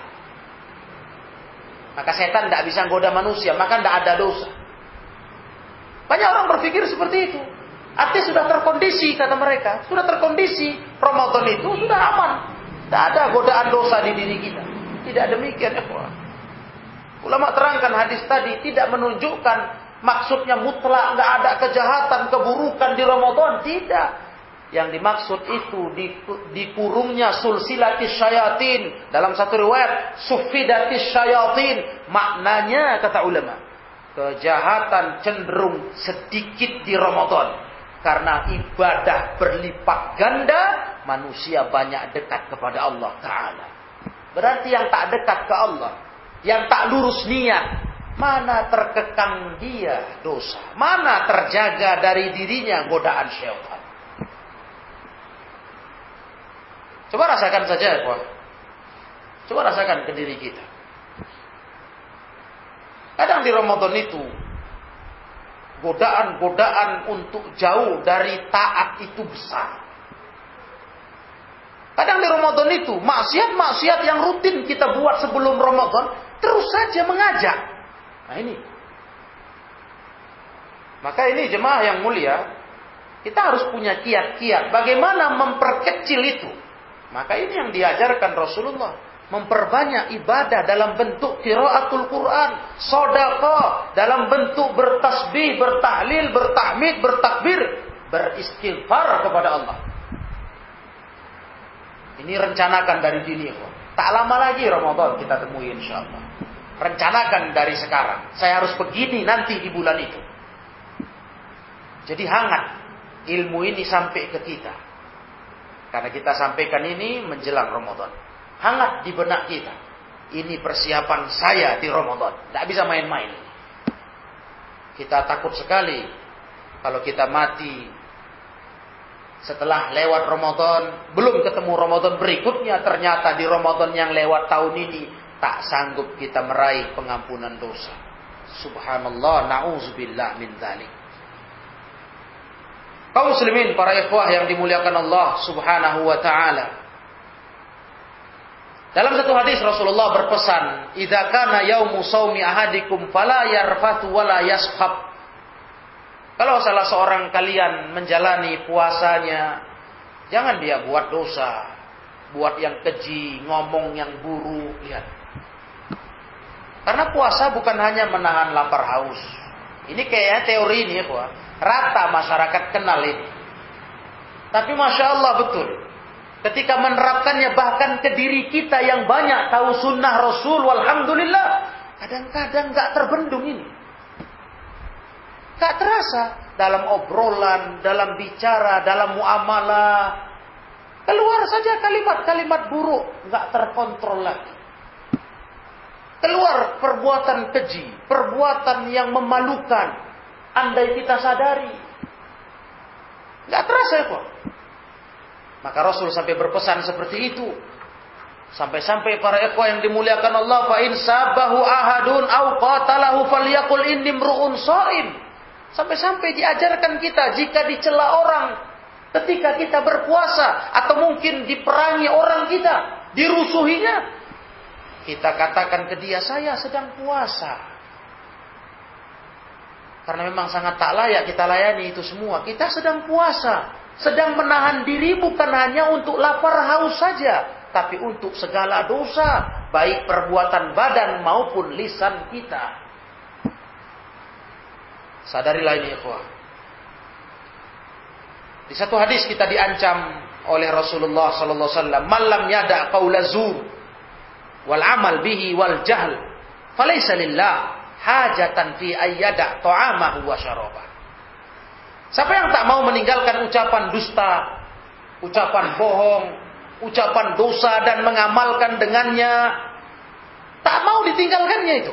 Maka setan tidak bisa goda manusia. Maka tidak ada dosa. Banyak orang berpikir seperti itu. Artinya sudah terkondisi kata mereka. Sudah terkondisi. Ramadan itu sudah aman. Tidak ada godaan dosa di diri kita. Tidak demikian ya Allah. Ulama terangkan hadis tadi tidak menunjukkan maksudnya mutlak nggak ada kejahatan, keburukan di Ramadan. Tidak. Yang dimaksud itu dikurungnya sulsilatis syayatin. Dalam satu riwayat sufidatis syayatin. Maknanya kata ulama, kejahatan cenderung sedikit di Ramadan. Karena ibadah berlipat ganda, manusia banyak dekat kepada Allah Ta'ala. Berarti yang tak dekat ke Allah, yang tak lurus niat, mana terkekang dia dosa, mana terjaga dari dirinya godaan syaitan. Coba rasakan saja, Pak. Coba rasakan ke diri kita. Kadang di Ramadan itu godaan-godaan untuk jauh dari taat itu besar. Kadang di Ramadan itu maksiat-maksiat yang rutin kita buat sebelum Ramadan terus saja mengajak. Nah ini. Maka ini jemaah yang mulia, kita harus punya kiat-kiat bagaimana memperkecil itu. Maka ini yang diajarkan Rasulullah. Memperbanyak ibadah dalam bentuk qiraatul Quran, sedekah dalam bentuk bertasbih, bertahlil, bertahmid, bertakbir, beristighfar kepada Allah. Ini rencanakan dari dini, tak lama lagi Ramadan kita temui insyaallah. Rencanakan dari sekarang. Saya harus begini nanti di bulan itu. Jadi hangat ilmu ini sampai ke kita. Karena kita sampaikan ini menjelang Ramadan. Hangat di benak kita. Ini persiapan saya di Ramadan. Tidak bisa main-main. Kita takut sekali kalau kita mati setelah lewat Ramadan, belum ketemu Ramadan berikutnya, ternyata di Ramadan yang lewat tahun ini tak sanggup kita meraih pengampunan dosa. Subhanallah, na'udzubillah min dzalik. Kaum muslimin, para ikhwah yang dimuliakan Allah Subhanahu wa taala. Dalam satu hadis Rasulullah berpesan, "Idza kana yaumu shaumi ahadikum fala yarfatu wala yaskhab." Kalau salah seorang kalian menjalani puasanya, jangan dia buat dosa, buat yang keji, ngomong yang buruk, lihat. Karena puasa bukan hanya menahan lapar haus. Ini kayaknya teori ini ya, Pak. Rata masyarakat kenal ini. Tapi Masya Allah betul. Ketika menerapkannya bahkan ke diri kita yang banyak tahu sunnah Rasul, walhamdulillah. Kadang-kadang gak terbendung ini. Gak terasa. Dalam obrolan, dalam bicara, dalam muamalah. Keluar saja kalimat-kalimat buruk. Gak terkontrol lagi. Keluar perbuatan keji, perbuatan yang memalukan. Andai kita sadari. Gak terasa ya kok. Maka Rasul sampai berpesan seperti itu. Sampai-sampai para ikhwah yang dimuliakan Allah. Fa in sabahu ahadun au qatalahu falyaqul inni mru'un shaim. Sampai-sampai diajarkan kita jika dicela orang ketika kita berpuasa. Atau mungkin diperangi orang kita. Dirusuhinya. Kita katakan ke dia, saya sedang puasa. Karena memang sangat tak layak kita layani itu semua. Kita sedang puasa. Sedang menahan diri bukan hanya untuk lapar haus saja. Tapi untuk segala dosa. Baik perbuatan badan maupun lisan kita. Sadarilah ini ikhwah. Di satu hadis kita diancam oleh Rasulullah sallallahu alaihi wasallam. Man lam yada' qaula zur. Wal amal bihi wal jahl falaysa lillah hajatan fi ayyada ta'amahu wa syarabah. Siapa yang tak mau meninggalkan ucapan dusta, ucapan bohong, ucapan dosa dan mengamalkan dengannya, tak mau ditinggalkannya itu.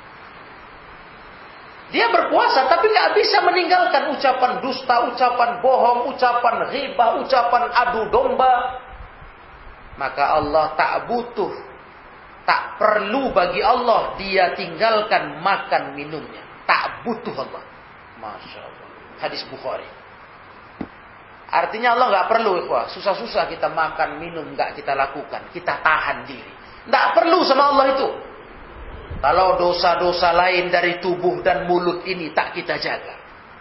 Dia berpuasa tapi gak bisa meninggalkan ucapan dusta, ucapan bohong, ucapan ghibah, ucapan adu domba. Maka Allah tak butuh, tak perlu bagi Allah dia tinggalkan makan minumnya. Tak butuh Allah. Masya Allah. Hadis Bukhari. Artinya Allah gak perlu. Wah, susah-susah kita makan minum gak kita lakukan. Kita tahan diri. Gak perlu sama Allah itu. Kalau dosa-dosa lain dari tubuh dan mulut ini tak kita jaga.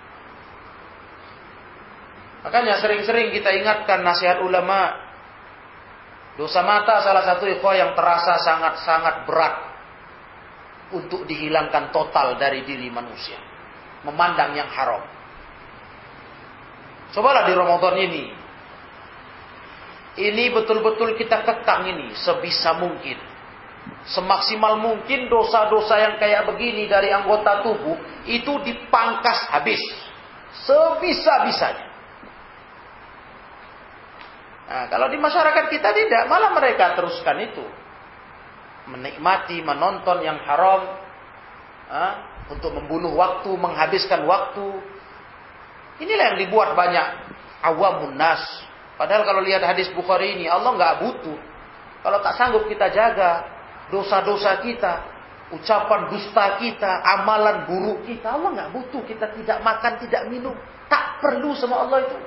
Makanya sering-sering kita ingatkan nasihat ulama. Dosa mata salah satu ikhwah yang terasa sangat-sangat berat untuk dihilangkan total dari diri manusia. Memandang yang haram. Cobalah di Ramadan ini. Ini betul-betul kita kekang ini sebisa mungkin. Semaksimal mungkin dosa-dosa yang kayak begini dari anggota tubuh itu dipangkas habis. Sebisa-bisanya. Nah, kalau di masyarakat kita tidak, malah mereka teruskan itu. Menikmati, menonton yang haram. Ah, untuk membunuh waktu, menghabiskan waktu. Inilah yang dibuat banyak awamun nas. Padahal kalau lihat hadis Bukhari ini, Allah nggak butuh. Kalau tak sanggup kita jaga dosa-dosa kita, ucapan dusta kita, amalan buruk kita, Allah nggak butuh. Kita tidak makan, tidak minum. Tak perlu sama Allah itu.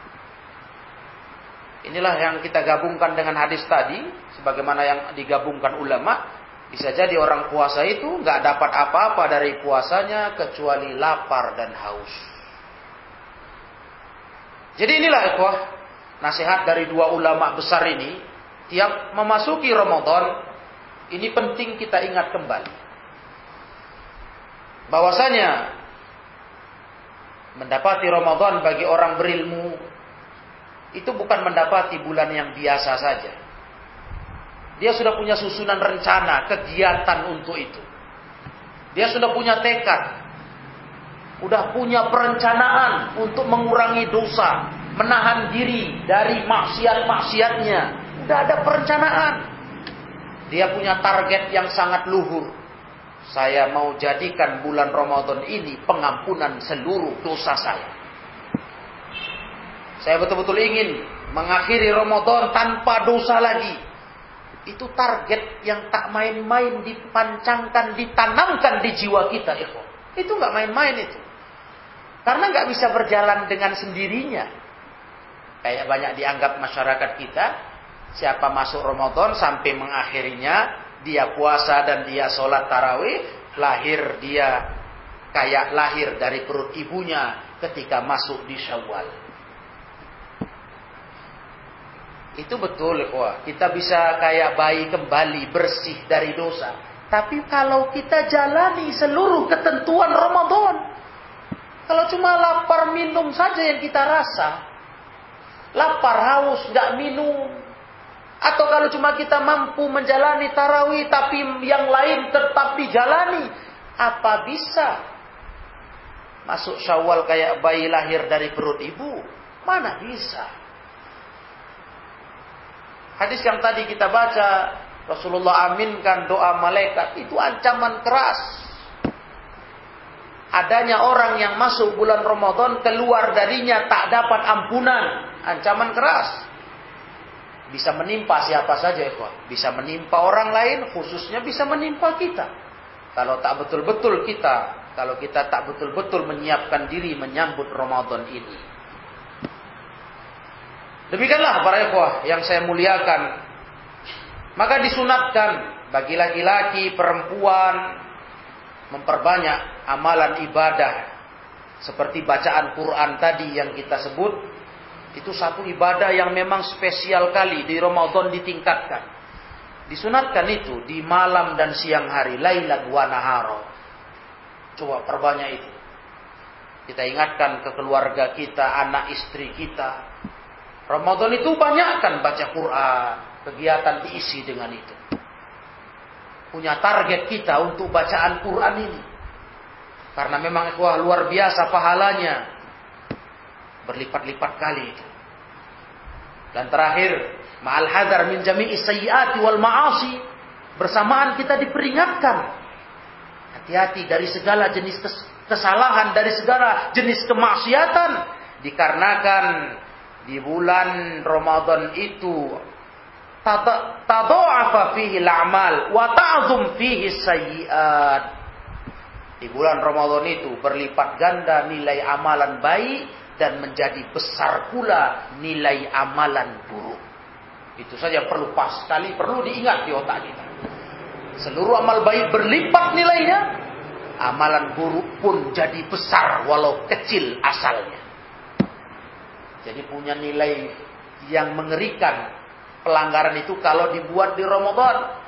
Inilah yang kita gabungkan dengan hadis tadi. Sebagaimana yang digabungkan ulama. Bisa jadi orang puasa itu gak dapat apa-apa dari puasanya. Kecuali lapar dan haus. Jadi inilah ikhwah. Nasihat dari dua ulama besar ini. Tiap memasuki Ramadan. Ini penting kita ingat kembali. Bahwasanya mendapati Ramadan bagi orang berilmu. Itu bukan mendapati bulan yang biasa saja. Dia sudah punya susunan rencana, kegiatan untuk itu. Dia sudah punya tekad. Sudah punya perencanaan untuk mengurangi dosa. Menahan diri dari maksiat-maksiatnya. Sudah ada perencanaan. Dia punya target yang sangat luhur. Saya mau jadikan bulan Ramadan ini pengampunan seluruh dosa saya. Saya betul-betul ingin mengakhiri Ramadan tanpa dosa lagi. Itu target yang tak main-main, dipancangkan, ditanamkan di jiwa kita, ikhwan. Itu nggak main-main itu. Karena nggak bisa berjalan dengan sendirinya. Kayak banyak dianggap masyarakat kita, siapa masuk Ramadan sampai mengakhirinya, dia puasa dan dia sholat tarawih, lahir dia kayak lahir dari perut ibunya ketika masuk di Syawal. Itu betul, wah. Kita bisa kayak bayi kembali bersih dari dosa. Tapi kalau kita jalani seluruh ketentuan Ramadan, kalau cuma lapar minum saja yang kita rasa, lapar haus nggak minum, atau kalau cuma kita mampu menjalani tarawih tapi yang lain tetap dijalani, apa bisa masuk Syawal kayak bayi lahir dari perut ibu? Mana bisa? Hadis yang tadi kita baca, Rasulullah aminkan doa malaikat, itu ancaman keras. Adanya orang yang masuk bulan Ramadan, keluar darinya tak dapat ampunan. Ancaman keras. Bisa menimpa siapa saja, ikhwan. Bisa menimpa orang lain, khususnya bisa menimpa kita. Kalau tak betul-betul kita, kalau kita tak betul-betul menyiapkan diri menyambut Ramadan ini. Demikianlah para ikhwah yang saya muliakan. Maka disunatkan bagi laki-laki, perempuan memperbanyak amalan ibadah. Seperti bacaan Quran tadi yang kita sebut. Itu satu ibadah yang memang spesial kali di Ramadan ditingkatkan. Disunatkan itu di malam dan siang hari. Lailan wa nahara. Coba perbanyak itu. Kita ingatkan ke keluarga kita, anak istri kita. Ramadan itu banyakkan baca Quran, kegiatan diisi dengan itu. Punya target kita untuk bacaan Quran ini. Karena memang wah, luar biasa pahalanya. Berlipat-lipat kali itu. Dan terakhir, ma'al hadar min jami'i sayyiati wal ma'asi. Bersamaan kita diperingatkan. Hati-hati dari segala jenis kesalahan, dari segala jenis kemaksiatan. Dikarenakan di bulan Ramadan itu tadha'afa fihi al-a'mal wa ta'zum fihi sayyi'at. Di bulan Ramadan itu berlipat ganda nilai amalan baik dan menjadi besar pula nilai amalan buruk. Itu saja perlu pas sekali, perlu diingat di otak kita. Seluruh amal baik berlipat nilainya, amalan buruk pun jadi besar walau kecil asalnya. Jadi punya nilai yang mengerikan pelanggaran itu kalau dibuat di Ramadan.